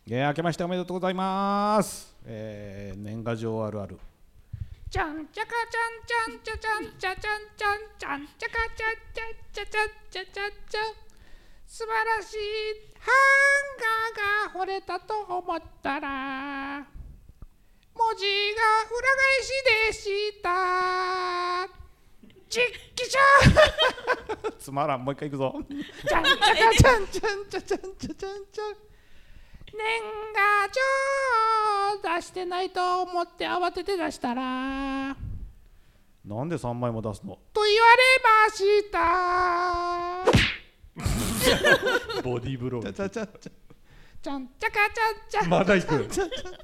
明けましておめでとうございます。年賀状あるある。 ちゃんちゃかちゃんちゃんちゃちゃんちゃちゃんちゃんちゃんちゃかちゃんちゃちゃちゃんちゃちゃちゃ素晴らしいハンガーが掘れたと思ったら文字が裏返しでしたちっきしょつまらん、もう一回いくぞ。 ちゃんちゃかちゃんちゃんちゃちゃんちゃちゃんちゃ年賀状出してないと思って慌てて出したらなんで3枚も出すのと言われましたボディーブロー。 ちゃんちゃかちゃんちゃんまだ行く。 家族の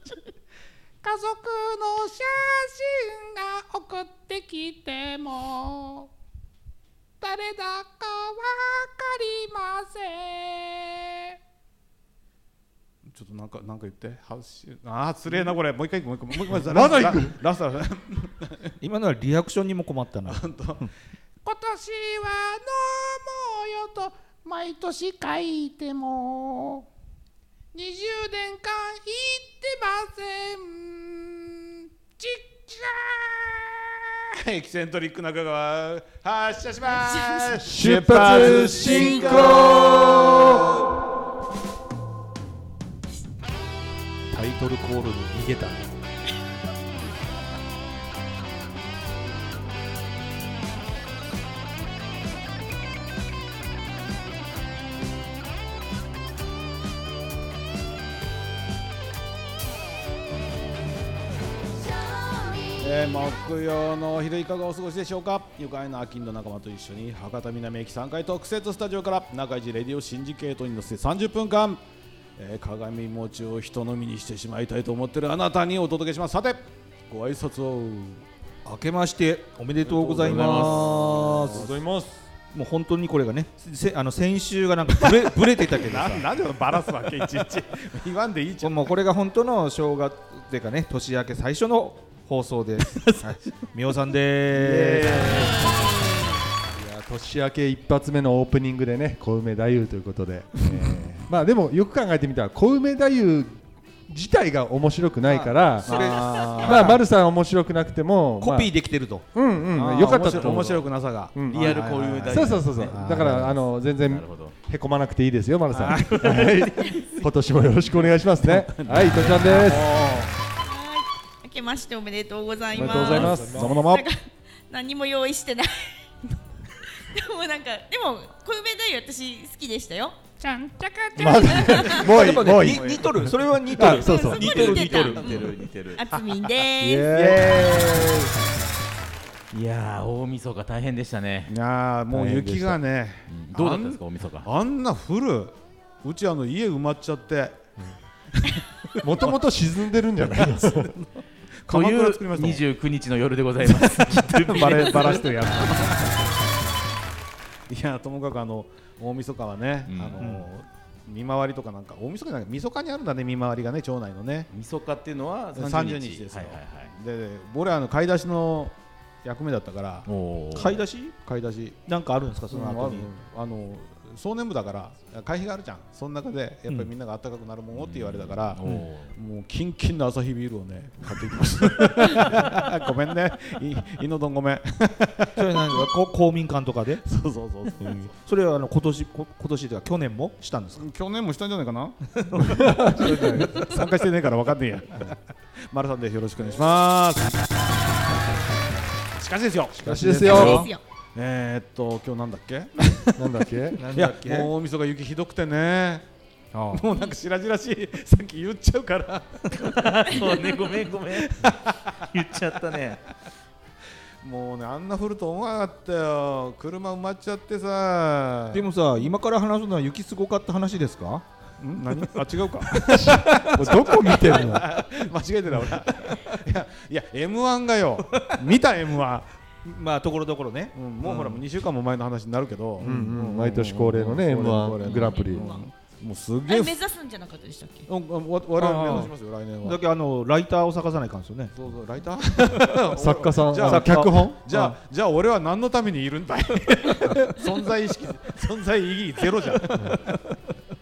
写真が送ってきても誰だかわかりません。 ちょっとなんか言って。つれえなこれ。もう一回もう一回。 まだ行く。 ラスト。 今のはリアクションにも困ったな。 今年は飲もうよと毎年書いても20年間言ってません。ちっちゃーエキセントリック中川発車します。 出発進行。 タイトルコールに逃げた。 木曜のお昼いかがお過ごしでしょうか。愉快なアキンの仲間と一緒に博多南駅3階特設スタジオから中市レディオシンジケートに乗せて30分間、鏡餅を人飲みにしてしまいたいと思っているあなたにお届けします。さてご挨拶を。 明けましておめでとうございます。 ございます。 もう本当にこれがね、先週がなんかブレてたけどさなんでバラすわけいちいち言わんでいいじゃん。 もうこれが本当の正月っていうかね、年明け最初の放送です。はい、みおさんでーす。 いや年明け一発目のオープニングでね、小梅太夫ということで、まあでもよく考えてみたら小梅太夫自体が面白くないから、まあ丸さん面白くなくてもコピーできてると。 よかったと思う。 面白くなさが、 リアル小梅太夫。 そうだから全然へこまなくていいですよ丸さん。今年もよろしくお願いしますね。はい、とちゃんです。 明けましておめでとうございます。 おめでとうございます。 どうもどうも。 何も用意してない。でも小梅太夫私好きでしたよ。 ちゃんちゃかちゃんもういい。 似とる。それは似とる。 そう。 似てる。あつみんです。いやー、大晦日大変でしたね。 いやー、もう雪がね、 どうだったんですか、大晦日。 あんな降る。うち家埋まっちゃって、 もともと沈んでるんじゃないですか。 という29日の夜でございます。 バラしてやる。いや、ともかく大晦日はね、見回りとかなんか大晦日じゃない、晦日にあるんだね、見回りがね、町内のね。 晦日っていうのは 30日ですよ。で、俺は買い出しの役目だったから。 買い出しなんかあるんですか、その後に。 総年部だから会費があるじゃん。その中でやっぱりみんなが暖かくなるものって言われたから、もうキンキンのアサヒビールをね買ってきました。ごめんね、イノドンごめん。 それなんか公民館とかで。 そう。 それは今年というか去年もしたんですか。 去年もしたんじゃないかな。参加してねえから分かんねえや。丸さんでよろしくお願いします。しかしですよ。今日なんだっけ。いや、もう大晦日雪ひどくてね。もうなんか白々しい、さっき言っちゃうから。 そうね、ごめん。言っちゃったね。 もうね、あんな降ると思わなかったよ。車埋まっちゃってさ。 でもさ、今から話すのは雪すごかった話ですか。 何？違うか。 どこ見てるの。 間違えてた俺。いや M1 がよ。見た M1。 まあところどころね。 もうほら2週間も前の話になるけど、 毎年恒例のね M1 グランプリ。 もうすげえ目指すんじゃなかったでしたっけ？ 我々目指しますよ来年は。 だけライターを探さないかんですよね。 そうそうライター？ 作家さん、脚本？ じゃあ俺は何のためにいるんだい？存在意義ゼロじゃん。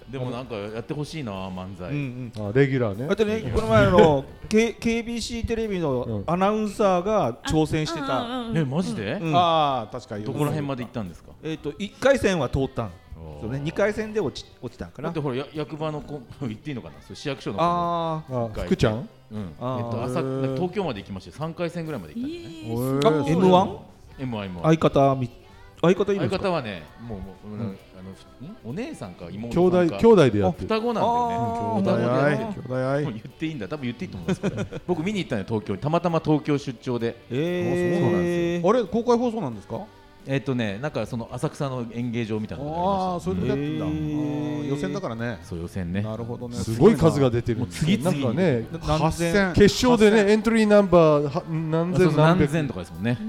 でもなんかやってほしいな漫才。 あレギュラーね。 だってねこの前KBC テレビのアナウンサーが挑戦してた。 マジで？ ああ確かに。 どこら辺まで行ったんですか ？1回戦は通ったんそうね。2回戦で落ちたんかな。 だってほら役場の子言っていいのかな、市役所の子。福ちゃん？ 東京まで行きまして3回戦ぐらいまで行ったんですね。 M1？ 相方いるんですか？ 相方はねもうお姉さんか妹さんか兄弟でやってる。 双子なんだよね。 兄弟愛。 言っていいんだ。多分言っていいと思います。僕見に行ったの東京にたまたま東京出張で。 そうなんですよ。あれ公開放送なんですか？ なんかその浅草の演芸場みたいなのがありました。ああ、そういうのやってんだ。予選だからね。 そう予選ね。 なるほどね。 すごい数が出てる。 次々 なんかね、 8000 決勝でねエントリーナンバー何千とかですもんね。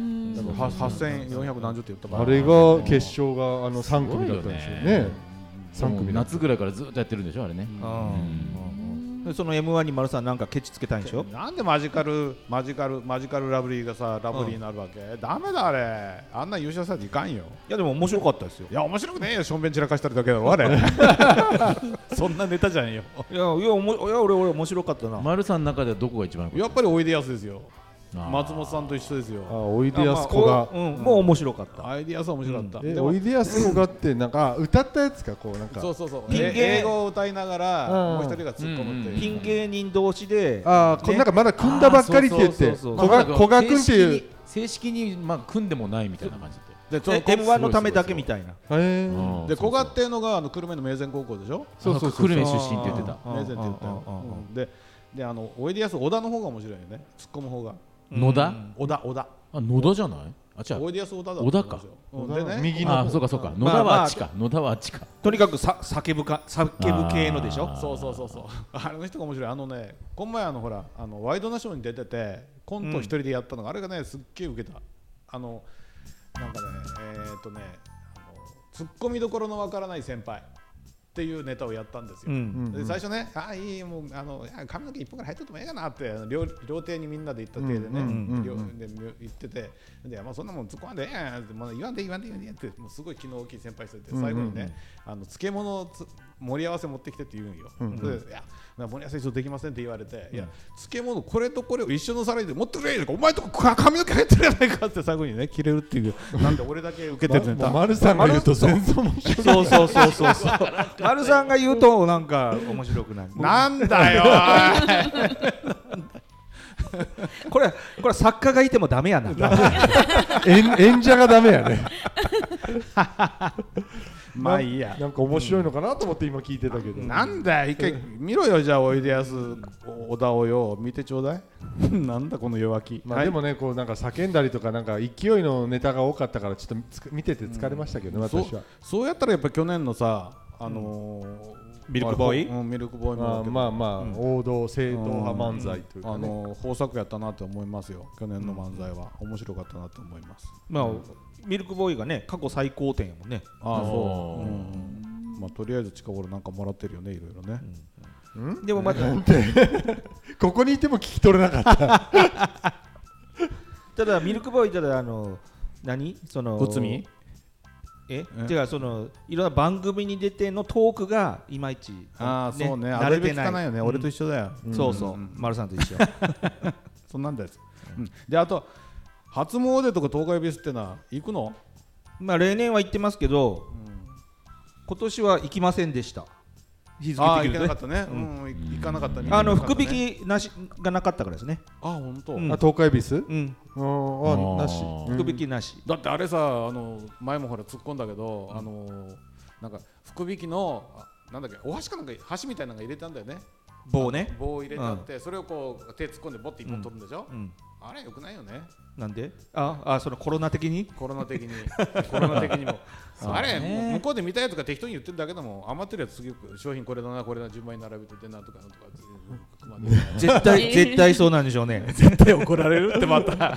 8400何十って言った。 あれが決勝が3組だったんですよね。3組夏ぐらいからずっとやってるんでしょあれね。 その M1 に丸さんなんかケチつけたんでしょ？ なんでマジカルラブリーがさラブリーになるわけ？ダメだあれ。あんな優勝されていかんよ。 いやでも面白かったですよ。 いや面白くねえよ。しょんべん散らかしたりだけだろあれ。そんなネタじゃんよ。 いや俺面白かったな。 丸さんの中ではどこが一番？ やっぱりおいでやすですよ。松本さんと一緒ですよ。 おいでやすこがもう面白かった。 おいでやすは面白かった。 おいでやすこがってなんか歌ったやつかこうなんか。 そう英語を歌いながらもう一人が突っ込むっていう。 ピン芸人同士でなんかまだ組んだばっかりって言って古賀君っていう正式に組んでもないみたいな感じで。 M1 のためだけみたいな。 で古賀っていうのが久留米の明善高校でしょ。 久留米出身って言ってた。 明善って言ったよ。でおいでやす小田の方が面白いよね。突っ込む方が。 野田？ 小田。 野田じゃない？違う。 おいでやす小田だ。 小田か。 でね。 右の。 そうか。野田はあっちか。野田はあっちか。 とにかく叫ぶ系のでしょ。 そう。あれの人が面白い。この前ほらワイドナショーに出ててコント一人でやったのがあれがねすっげえウケた。なんかねツッコミどころのわからない先輩。っていうネタをやったんですよ。で最初ね、いいもう髪の毛一本から入っててもええかなって料亭にみんなで行った体でね言ってて、でそんなもん突っ込まんでええやんって言わんでってもうすごい気の大きい先輩してて最後にね漬物盛り合わせ持ってきてって言うんよ。でいや盛り合わせ一緒できませんって言われて、いや漬物これとこれを一緒の皿で持ってくれお前とこ髪の毛入ってるやないかって最後にね切れるっていう。なんで俺だけ受けてるネタ。 丸さんが言うと全然面白い。 そう丸さんが言うとなんか面白くない。 なんだよこれ作家がいてもダメやな。 演者がダメやね。 まあいいや。 なんか面白いのかなと思って今聞いてたけど。 なんだよ一回見ろよじゃあおいでやす小田をよ見てちょうだい。なんだこの弱気。 でもねこうなんか叫んだりとかなんか勢いのネタが多かったからちょっと見てて疲れましたけどね私は。 そうやったらやっぱ去年のさミルクボーイミルクボーイもまあ王道正統派漫才というか豊作やったなと思いますよ。去年の漫才は面白かったなと思います。 ミルクボーイがね過去最高点やもんね。 とりあえず近頃なんかもらってるよねいろいろね。 でもまたここにいても聞き取れなかった。 ただミルクボーイただ何その内海違うそのいろんな番組に出てのトークがいまいちそうね慣れてないよね。俺と一緒だよ。 そう丸さんと一緒。 そんなんだよ。であと初詣とか東海ビスってのは行くの？ 例年は行ってますけど今年は行きませんでした。 日付的に行かなかったね。行かなかったね。 福引きなしがなかったからですね。 本当。 東海ビス？ なし。福引きなし。 だってあれさ前もほら突っ込んだけどなんか福引きのなんだっけお箸かなんか箸みたいなのが入れたんだよね。 棒ね。 棒を入れてあってそれをこう手突っ込んでボッて一本取るんでしょ。あれよくないよね。 なんで？そのコロナ的にもあれ向こうで見たやつが適当に言ってるだけでも余ってるやつ次商品これだな順番に並べてなんとか絶対そうなんでしょうね。 絶対怒られるってまた。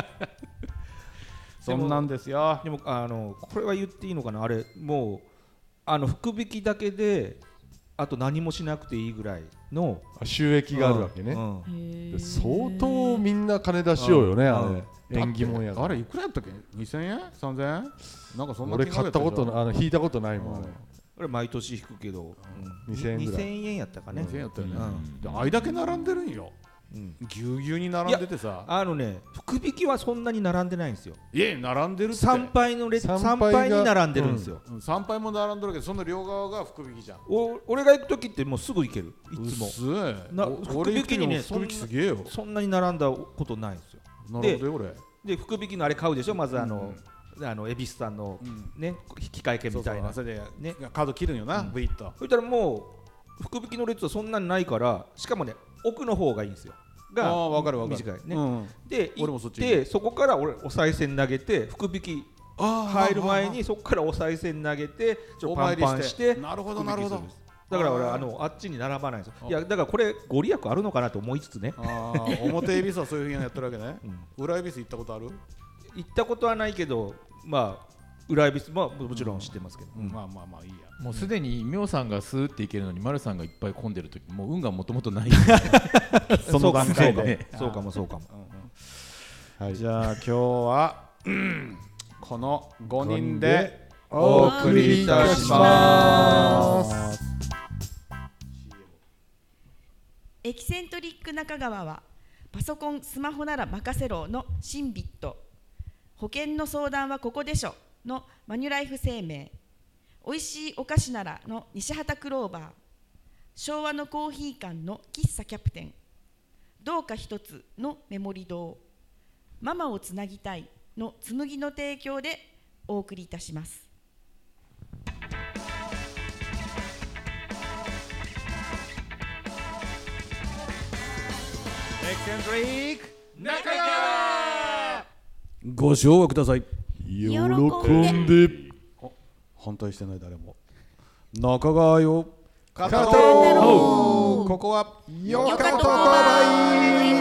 そんなんですよ。 でもこれは言っていいのかな。あれもう福引きだけであと何もしなくていいぐらいの収益があるわけね。相当みんな金出しようよねあれ。縁起物や。 あれいくらやったっけ？2000円？3000円？なんかそんな俺買ったこと引いたことないもん。 これ毎年引くけど、 2000円ぐらい 2000円やったかね。 2000円やったよね、 うんであいだけ並んでるんよ、ぎゅうぎゅうに並んでてさ、 福引きはそんなに並んでないんですよ。 並んでるって参拝の列、参拝に並んでるんですよ。 参拝も並んでるけど、その両側が福引きじゃん。 俺が行く時ってもうすぐ行ける、いつも。福引きにね、 福引きすげえよ。 そんなに並んだことないんですよ。 なるほどよ、俺。 で福引きのあれ買うでしょ、まず恵比寿さんのね引換券みたいな。 それでカード切るんよな、ブイッと。 そしたらもう福引きの列はそんなにないから、しかもね奥の方がいいんですよ。が短いね。で行ってそこから俺お賽銭投げて、福引き入る前にそこからお賽銭投げてちょっとパンパンして、 なるほどなるほど。 だから俺あっちに並ばないんですよ。いやだからこれご利益あるのかなと思いつつね。 表恵比寿はそういうふうにやってるわけね。裏恵比寿行ったことある？ 行ったことはないけど、まあ裏恵比寿ももちろん知ってますけど、 まあいいや。 もうすでに妙さんがスーっていけるのに丸さんがいっぱい混んでる時、もう運がもともとないその段階で。 そうかもそうかも。 じゃあ今日はこの5人でお送りいたします。 エキセントリック中川はパソコンスマホなら任せろのシンビット、保険の相談はここでしょのマニュライフ生命、おいしいお菓子ならの西畑クローバー、昭和のコーヒー館の喫茶キャプテン、どうか一つのメモリ堂、ママをつなぎたいの紬の提供でお送りいたします。 エキセントリック中川、ご唱和ください。 喜んで反対してない誰も。中川よ語ろう。ここはよかとば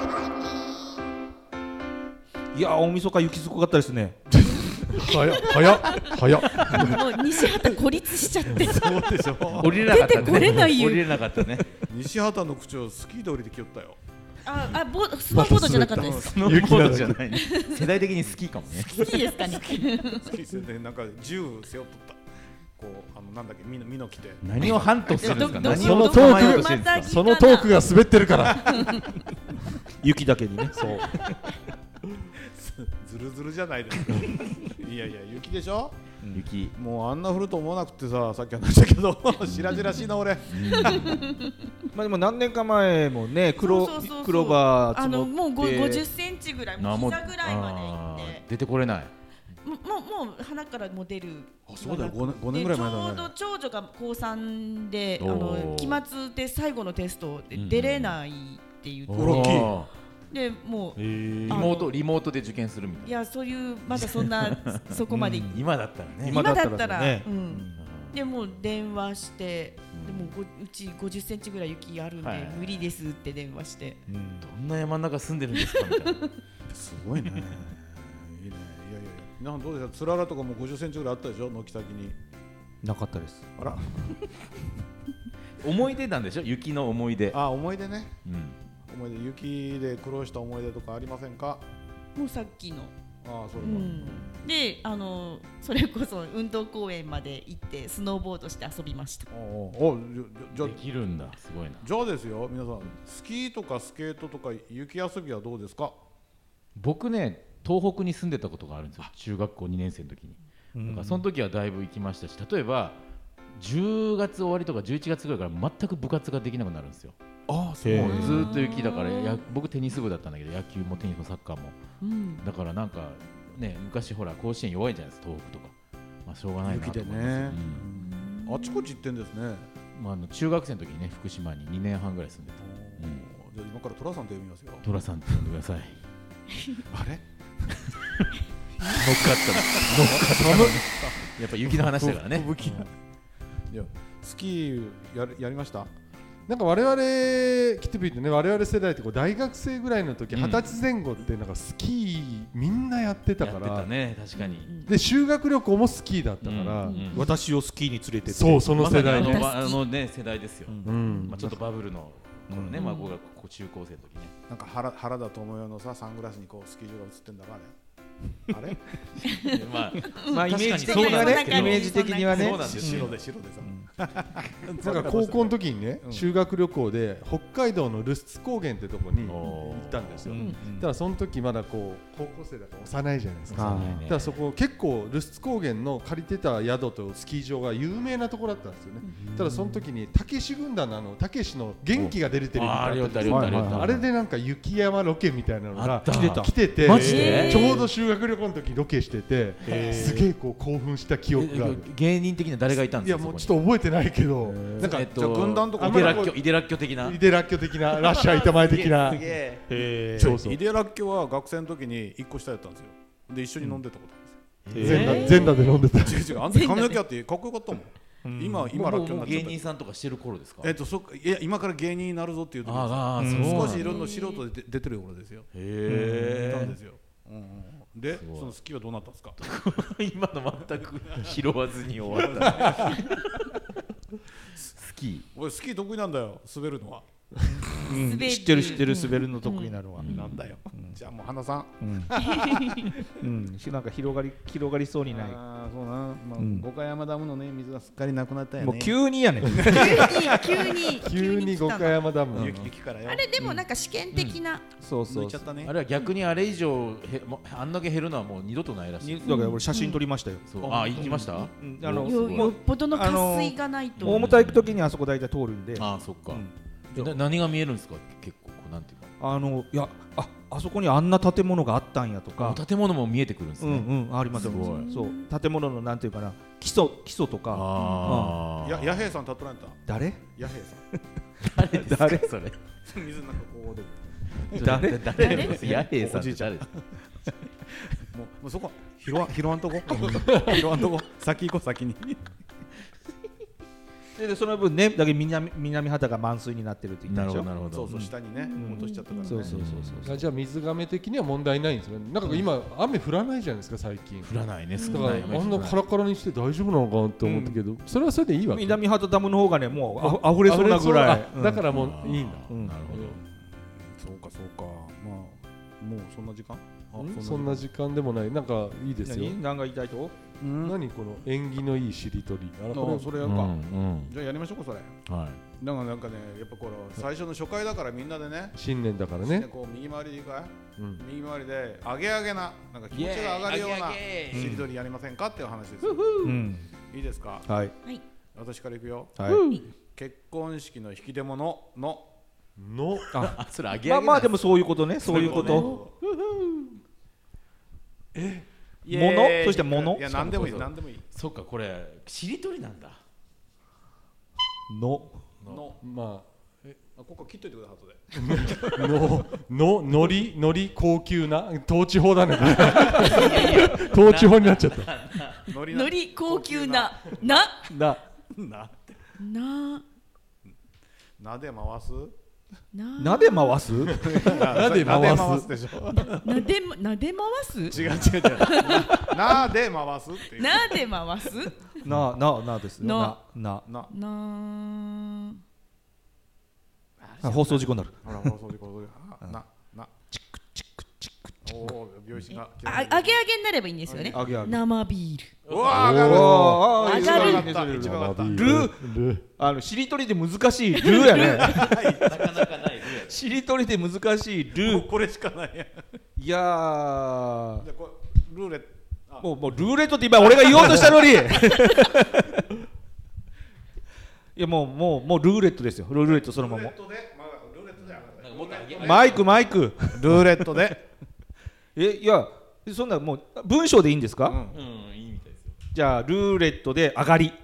いや大晦日雪すごかったですね。 早っもう西畑孤立しちゃって。 そうでしょ。 降りれなかったね。 出てこれないよ。 降りれなかったね。 西畑の口調スキーで降りてきよったよ。 スノーボードじゃなかったです。 スノーボードじゃないね。世代的に好きかもね。 好きですかね。 スキーでなんか銃背負っとった。こうなんだっけ、ミノ着て。 何をハントするんですか。何そのを捕まえようとしてるんですか。 そのトークが滑ってるから雪だけにね。そう。 ずるずるじゃないですか。いや雪でしょ。 雪。 もうあんな降ると思わなくてさ、さっき話したけど白々しいな俺。 まあでも何年か前もね、クローバー積もってもう50センチぐらい、もう膝ぐらいまで行って、 出てこれない。 もう鼻からも出る。 そうだよ、5年ぐらい前だね。 ちょうど長女が高3で期末で最後のテストで出れないって言って、でもうリモートで受験するみたいな。 いや、そういうまだそんなそこまで今だったらね。 今だったらでもう電話して、でもうち50センチぐらい雪あるんで無理ですって電話して、 どんな山の中住んでるんですかみたいな。 すごいね。いいね。いや皆さんどうでした。つららとかも50センチぐらいあったでしょ、軒先に。 なかったです。 あら。 思い出なんでしょ、雪の思い出。 思い出ね。思い出、雪で苦労した思い出とかありませんか。 もうさっきの。 それは。 で、それこそ運動公園まで行ってスノーボードして遊びました。 じゃあできるんだ、すごいな。 じゃあですよ、皆さんスキーとかスケートとか雪遊びはどうですか。 僕ね、東北に住んでたことがあるんですよ、中学校2年生の時に。だからその時はだいぶ行きましたし、例えば10月終わりとか11月ぐらいから全く部活ができなくなるんですよ。そう、ずっと雪だから。僕テニス部だったんだけど、野球もテニスもサッカーも、だからなんかね、昔ほら甲子園弱いじゃないですか、東北とか。まあしょうがないなと思います。雪でね、 あちこち行ってんですね。 中学生の時にね、福島に2年半ぐらい住んでた。 じゃあ今から寅さんと呼びますよ。 寅さんって呼んでください。 あれ乗っかったやっぱ雪の話だからね。 いや、スキーやりました。 なんか我々キティビーってね、我々世代って大学生ぐらいの時、20歳前後ってなんかスキーみんなやってたから。 やってたね、確かに。 で修学旅行もスキーだったから、 私をスキーに連れてって。 そう、その世代ね、世代ですよ。ちょっとバブルの頃ね、僕が中高生の時ね。 なんか原田知世のさ、サングラスにこうスキー場が映ってんだろあれ。 あれまあイメージ的にはね、イメージ的にはね、 白でさ、 なんか高校の時にね、修学旅行で北海道のルスツ高原ってとこに行ったんですよ。ただその時まだこう高校生だから幼いじゃないですか。ただそこ結構ルスツ高原の借りてた宿とスキー場が有名なところだったんですよね。ただその時にたけし軍団のたけしの元気が出るテレビがあったんですよ。あれでなんか雪山ロケみたいなのが来てて、ちょうど修学旅行の時ロケしてて、すげえこう興奮した記憶がある。 芸人的には誰がいたんですか？ いやもうちょっと覚えてないけど、 なんか軍団とかイデラッキョ的な、 イデラッキョ的な、ラッシャー板前的な。 そうそう。イデラッキョは学生の時に1個下やったんですよ。で一緒に飲んでたことあるんですよ。全裸で飲んでた。 違う、あんた髪の毛あってかっこよかったもん。今ラッキョになっちゃった。 芸人さんとかしてる頃ですか？ いや今から芸人になるぞっていう時ですよ。少しいろんな素人で出てる頃ですよ。へえ。いたんですよ。で、そのスキーはどうなったんですか？ 今の全く拾わずに終わった。スキー。 俺スキー得意なんだよ。滑るのは。 知ってる滑るの得意なのは。 なんだよ。じゃあもう花さん。 なんか広がりそうにない。 ああそうな。五箇山ダムのね水がすっかりなくなったよね。 もう急にやね。 急に五箇山ダム。 雪からよ。 あれでもなんか試験的な。 そうそう。 あれは逆にあれ以上あんだけ減るのはもう二度とないらしい。 だから俺写真撮りましたよ。 あ、行きました？ よっぽどの渇水がないと。 大牟田行くときにあそこ大体通るんで。 あ、そっか。何が見えるんですか？結構なんていうか。 いやあそこにあんな建物があったんやとか。 建物も見えてくるんですね。 ありますよ。そう建物のなんていうかな基礎とか。 ヤヘイさん立っとらんた。 誰？ ヤヘイさん。 誰それ？ 水の中こうで。 誰？ヤヘイさんって誰？もうそこ拾わんとこ。先行こう先に。 でその分ねだけ南畑が満水になってるって言ったでしょ。 なるほど。 そう下にね落としちゃったからね。 そうじゃあ水がめ的には問題ないんですよね。なんか今雨降らないじゃないですか最近。 降らないね。 だからあんなカラカラにして大丈夫なのかなって思ったけど、それはそれでいいわけ。 南畑ダムの方がねもう溢れそうなぐらい。 だからもういいんだ。 なるほど。 そうかまあもうそんな時間？ そんな時間でもない。なんかいいですよ。 何が言いたいと？ 何この縁起のいいしりとり。 それやるか。じゃあやりましょうかそれ。 はい。 なんかねやっぱこの最初の初回だからみんなでね。 新年だからね。 こう右回りでいいかい？右回りで上げななんか気持ちが上がるようなしりとりやりませんかっていう話です。いいですか？ はい。 私からいくよ。 はい。 結婚式の引き出物の。 それ上げまあでもそういうことね。そういうこと。物？そして物？ いや何でもいい。 そっかこれしりとりなんだ。 のまあここ切っといてください後で。 のり高級な統治法だね。統治法になっちゃった。 のり高級ななで回す？ なで回す？ なで回すでしょ。 なで回す？ 違う。なで回すっていう。 なで回す？ なですね。な。放送事故になる。 放送事故。な。チク。おお病死が。 あげになればいいんですよね。生ビール。 うわ上がる。 一番上がった。ル。しりとりで難しいルやね。なかなかないル。しりとりで難しいル。 これしかないや。 いやー。 ルーレット。 もうルーレットって今俺が言おうとしたのに。いやもうルーレットですよ。ルーレットそのまま。マイク。 ルーレットで。 いやそんなもう文章でいいんですか？ いいみたいですよ。 じゃあルーレットで上がり。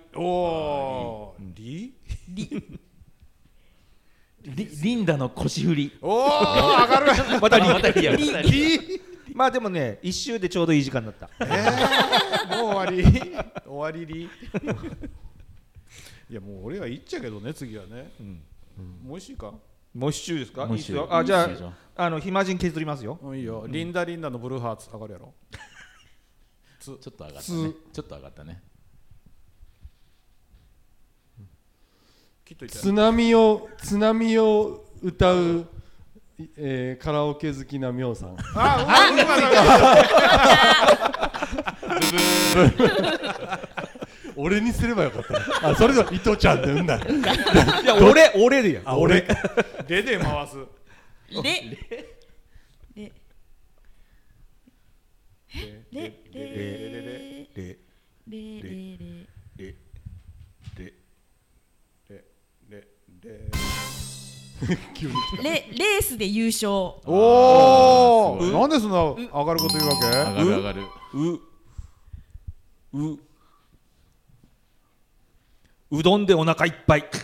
リンダの腰振り。 上がる。 またリ。まあでもね一周でちょうどいい時間だった。 もう終わりり。いやもう俺は言っちゃうけどね次はね。もう一周か？ もう一周ですか？ いいですよ。 じゃあ暇人削りますよ。 いいよ。リンダのブルーハーツ上がるやろ。 ちょっと上がったね。 津波を歌うカラオケ好きなみょうさん。俺にすればよかった。あ、それでは伊藤ちゃんで産んだ。 いや俺でや。 あ、俺。 レで回す。 レースで優勝。 おお。なんでそんな上がること言うわけ？ 上がる上がる。 うどんでお腹いっぱい。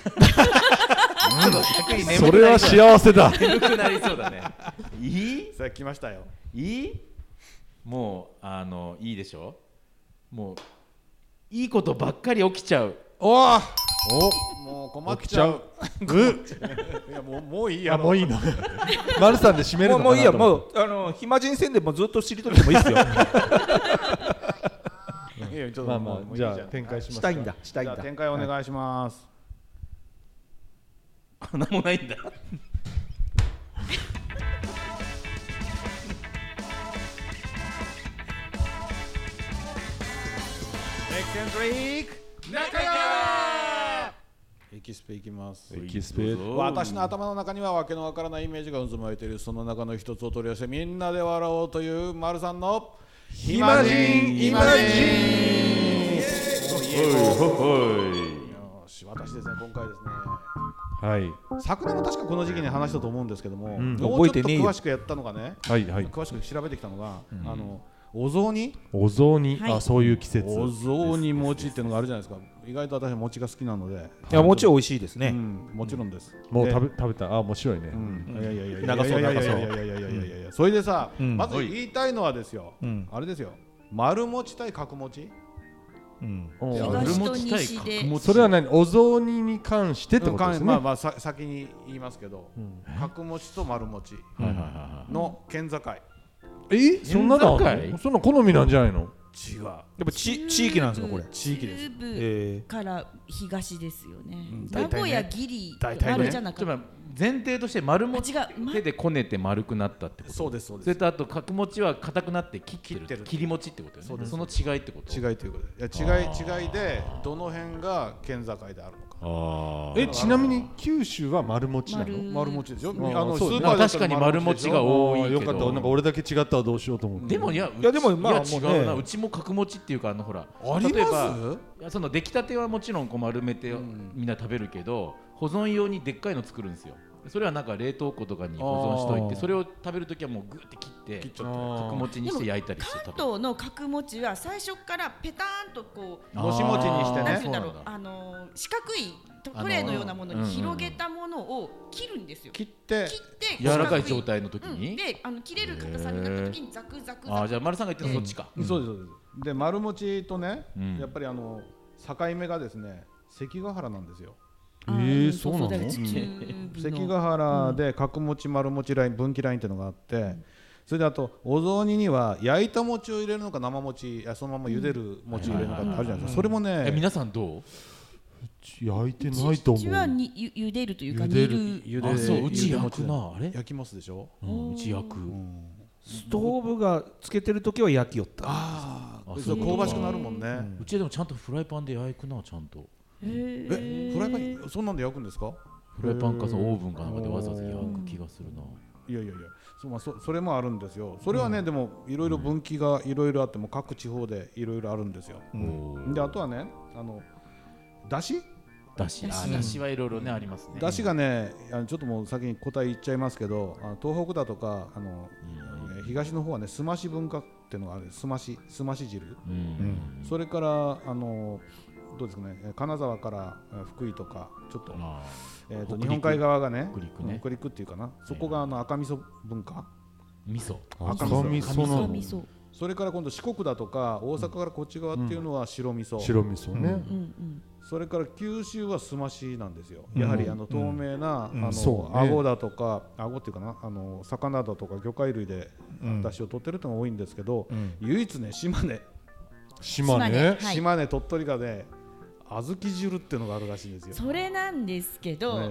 それは幸せだ。 眠くなりそうだね。いい？ さあ来ましたよ。 いい？もういいでしょ。もういいことばっかり起きちゃう。 おお。もう困っちゃう。いやもういいや。 もういいの。丸さんで締めるのかな。 もういいや。もう暇人戦でもずっと知りとってもいいですよ。 まあまあじゃあ展開します。 したいんだ。 じゃあ展開お願いします。 なんもないんだ。 エキセントリック中川。エキスペいきます。 エキスペ。 私の頭の中にはわけのわからないイメージが渦巻いている。その中の一つを取り寄せみんなで笑おうという丸さんの暇人イマジン。よし、私ですね、今回ですね。 はい。 昨年も確かこの時期に話したと思うんですけども、 覚えてねえよ。 詳しくやったのがね、詳しく調べてきたのが、お雑煮。 お雑煮、あ、そういう季節。 お雑煮餅っていうのがあるじゃないですか。意外と私は餅が好きなので。 いや、餅美味しいですね。 もちろんです。 もう食べた。あ、面白いね。 いやいやいや、長そう。それでさ、まず言いたいのはですよ。あれですよ。丸餅対角餅。 東と西で。 それは何？お雑煮に関してってことですね。 まあ先に言いますけど、角餅と丸餅の県境。 そんなの？そんな好みなんじゃないの？ 違う。やっぱ地域なんですかこれ？ 地域です。 中部から東ですよね。名古屋ギリ丸じゃなくて。前提として丸餅手でこねて丸くなったってこと。 そうですそうです。 それとあと角餅は硬くなって切ってる切り餅ってことよね。その違いってこと。 違いということで、違いでどの辺が県境であるのか。 ちなみに九州は丸餅なの？ 丸餅ですよ。スーパー確かに丸餅が多いけど。 よかった。なんか俺だけ違ったらどうしようと思って。 でもいやでもまあ違うな。うちも角餅っていうかほら。例えばその出来たてはもちろんこう丸めてみんな食べるけど、保存用にでっかいの作るんですよ。それはなんか冷凍庫とかに保存しといて、それを食べるときはもうグーって切って角餅にして焼いたりして食べる。 関東の角餅は最初からペターンとこうもちもちにしてね、 四角いトレーのようなものに広げたものを切るんですよ。 切って柔らかい状態の時にで切れる硬さになった時にザクザク。 じゃあ丸さんが言ってるそっちか。 そうですそうです。で丸餅とね、やっぱり境目がですね関ヶ原なんですよ。 そうなの？ 関ヶ原で角餅丸餅ライン分岐ラインっていうのがあって、それであとお雑煮には焼いた餅を入れるのか生餅そのまま茹でる餅入れるのかってあるじゃないですか。それもね、 皆さんどう？ 焼いてないと思う。 うちは茹でるというか煮る。 そううち焼くな。あれ焼きますでしょ。 うち焼く。 ストーブがつけてる時は焼きよった。 そう香ばしくなるもんね。 うちでもちゃんとフライパンで焼くなちゃんと。 フライパンそんなんで焼くんですか？ フライパンかオーブンかなんかでわざわざ焼く気がするな。 いやそれもあるんですよ。それはねでもいろいろ分岐がいろいろあっても各地方でいろいろあるんですよ。であとはねだしはいろいろねありますね。 だしがねちょっともう先に答え言っちゃいますけど、東北だとか東の方はねすまし文化っていうのがある。すまし汁。それからどうですかね、金沢から福井とかちょっと日本海側がね北陸っていうかな、そこが赤味噌文化。 赤味噌。 それから今度四国だとか大阪からこっち側っていうのは白味噌。 白味噌ね。 それから九州はすましなんですよ。やはり透明な顎だとか顎っていうかな魚だとか魚介類で出汁を取ってるのが多いんですけど、唯一ね島根鳥取がね小豆汁っていうのがあるらしいんですよ。 それなんですけど、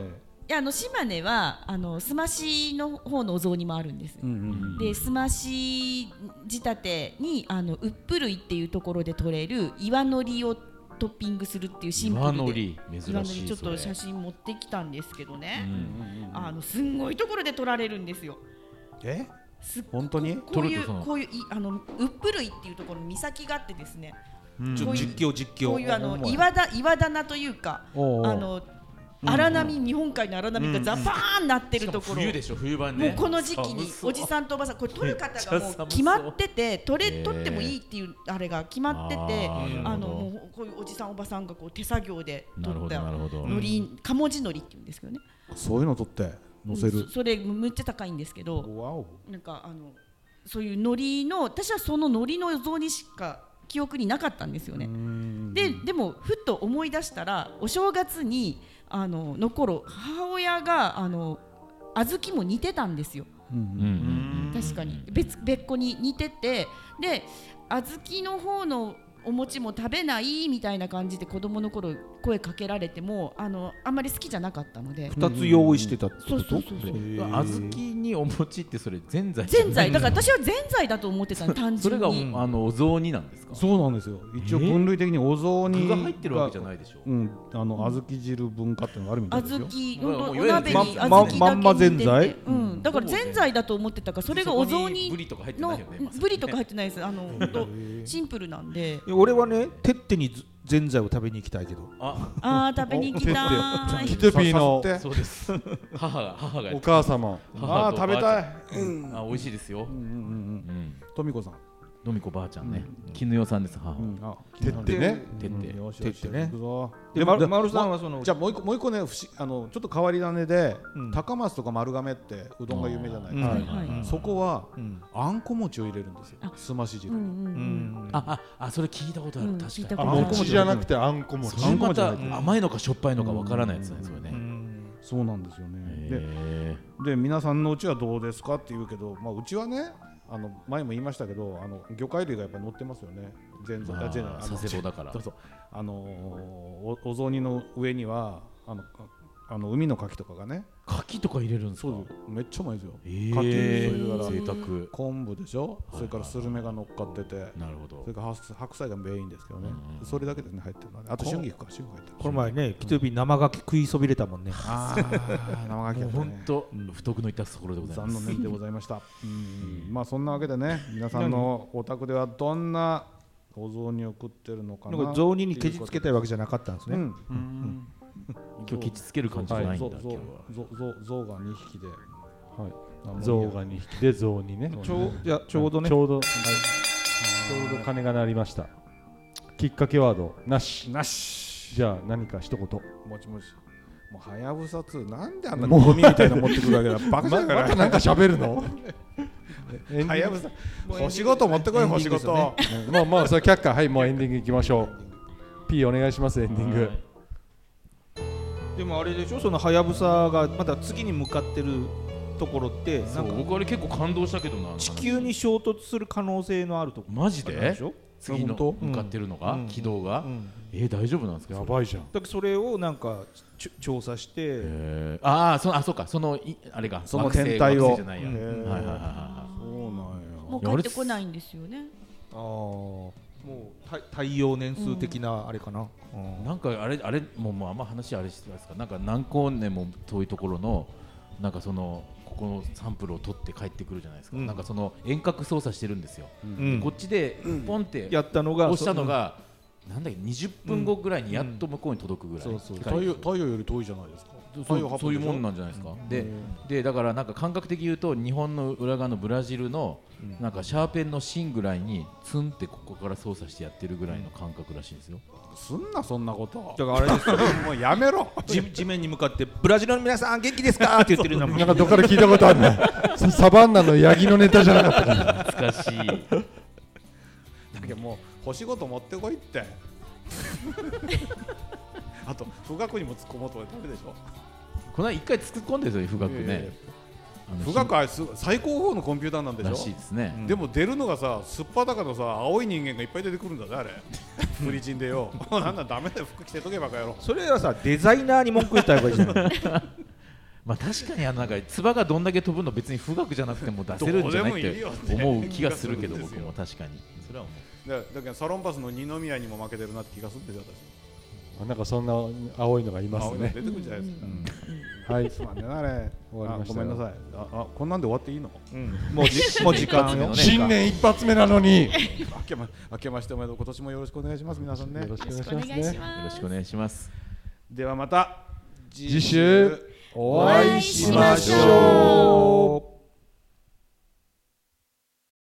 や島根はすましの方のお雑煮もあるんです。で、すまし仕立てにうっぷるいっていうところで取れる岩のりをトッピングするっていうシンプルで、 岩のり珍しい。 ちょっと写真持ってきたんですけどね、すんごいところで取られるんですよ。 本当にこういううっぷるいっていうところに岬があってですね、 実況こういう岩棚というか荒波、日本海の荒波がザバーンなってるところ、 冬でしょ、冬場ね。 もうこの時期におじさんとおばさん、これ取る方がもう決まってて、取ってもいいっていうあれが決まってて、もうこういうおじさんおばさんがこう手作業で取ったのり、鴨地のりっていうんですけどね。 そういうの取って乗せる。 それむっちゃ高いんですけど、なんかそういうのりの、私はそののりの像にしか記憶になかったんですよね。でもふっと思い出したら、お正月にの頃母親が小豆も煮てたんですよ。確かに別個に煮てて、で小豆の方のお餅も食べないみたいな感じで子供の頃声かけられてもあんまり好きじゃなかったので、 2つ用意してたってこと？ そう小豆にお餅ってそれぜんざいだから私はぜんざいだと思ってたの、単純に。 それがお雑煮なんですか？ そうなんですよ。一応分類的にお雑煮具が入ってるわけじゃないでしょ。 小豆汁文化っていうのがあるみたいですよ。 小豆、お鍋に小豆だけまんまぜんざい？ だからぜんざいだと思ってたから、それがお雑煮のブリとか入ってないよね。 ブリとか入ってないです。シンプルなんで。 俺はね、てってにぜんざいを食べに行きたいけど。 食べに行きたい。 キテピーのそうです。母がお母様。 食べたい。 美味しいですよ。 とみこさん。 のみこばあちゃんね、絹代さんです。母。 てってね。 てってね。 で、丸さんはその、 じゃあもう一個ね、ちょっと変わり種で、高松とか丸亀ってうどんが有名じゃないですか。そこはあんこ餅を入れるんですよ。すまし汁。 それ聞いたことある。確かに。餅じゃなくてあんこ餅。 あんこ餅甘いのかしょっぱいのかわからないやつなんですよね。 そうなんですよね。で皆さんのうちはどうですかって言うけど、うちはね。前も言いましたけど、魚介類がやっぱり乗ってますよね。 佐世保だから。 お雑煮の上には海の牡蠣とかがね。 牡蠣とか入れるんですか？ めっちゃうまいですよ。 牡蠣、贅沢。 昆布でしょ。それからスルメが乗っかってて。 なるほど。 それから白菜がメインですけどね。それだけでね入ってるの。あと春菊か、春菊入ってる。 この前ね、キトビ生牡蠣食いそびれたもんね。 生牡蠣本当不徳の致すところでございます。 残念でございました。そんなわけでね、皆さんのお宅ではどんなお雑煮を食ってるのかな。 雑煮にケチつけたいわけじゃなかったんですね。 今日ケチつける感じじゃないんだ。 象が2匹で、 象が2匹で象にね。 ちょうどちょうど鐘が鳴りました。きっかけワードなし。じゃあ何か一言。 もちもち。もうはやぶさ2なんであんなゴミみたいなの持ってくるわけだ。バカじゃないから。 またなんか喋るの？ はやぶさ。星ごと持ってこい星ごと。 それ却下。はい、もうエンディングいきましょう。P お願いします。エンディング。 でもあれでしょ、そのはやぶさがまだ次に向かってるところって、 なんか僕あれ結構感動したけどな。 地球に衝突する可能性のあるところ。 マジで？次の向かってるのが軌道が大丈夫なんですか？ やばいじゃん。 だからそれをなんか調査して、 そうか、そのあれがその天体を。 そうなんや。 もう帰ってこないんですよね。 もう太陽年数的なあれかな。 なんかあれもうあんま話あれしてますか。なんか何光年も遠いところのなんかそのここのサンプルを取って帰ってくるじゃないですか。なんかその遠隔操作してるんですよ。こっちでポンってやったのが押したのがなんだっけ、20分後ぐらいにやっと向こうに届くぐらい。 太陽より遠いじゃないですか。 そういうもんなんじゃないですか。でだからなんか感覚的に言うと日本の裏側のブラジルのなんかシャーペンの芯ぐらいにツンってここから操作してやってるぐらいの感覚らしいんですよ。 すんなそんなこと。 だからあれですよ。 もうやめろ。 地面に向かってブラジルの皆さん元気ですかって言ってるのもなんかどっから聞いたことあるね。サバンナのヤギのネタじゃなかったかな。 懐かしい。 だけどもう星ごと持ってこいって。あと富岳にも突っ込もうとダメでしょ。 この間一回突っ込んでるんですよ、富岳ね。 富岳は最高峰のコンピューターなんでしょ。 らしいですね。 でも出るのがさ、すっぱだかのさ、青い人間がいっぱい出てくるんだね、あれ。フリチンでよ。なんだダメだよ、服着てとけばかやろ。 それはさ、デザイナーに文句言ったらいいじゃん。 まあ確かになんか唾がどんだけ飛ぶの別に富岳じゃなくても出せるんじゃないって思う気がするけど、僕も確かにそれは思う。 だけどサロンパスの二宮にも負けてるなって気がするんですよ私。なんかそんな青いのがいますね。 出てくるじゃないですか。はい、すまんねあれ。終わりました。ごめんなさい。こんなんで終わっていいの？ もう時間よ。 新年一発目なのに。 明けましておめでとう。今年もよろしくお願いします皆さんね。 よろしくお願いしますね。 よろしくお願いします。 ではまた次週お会いしましょう。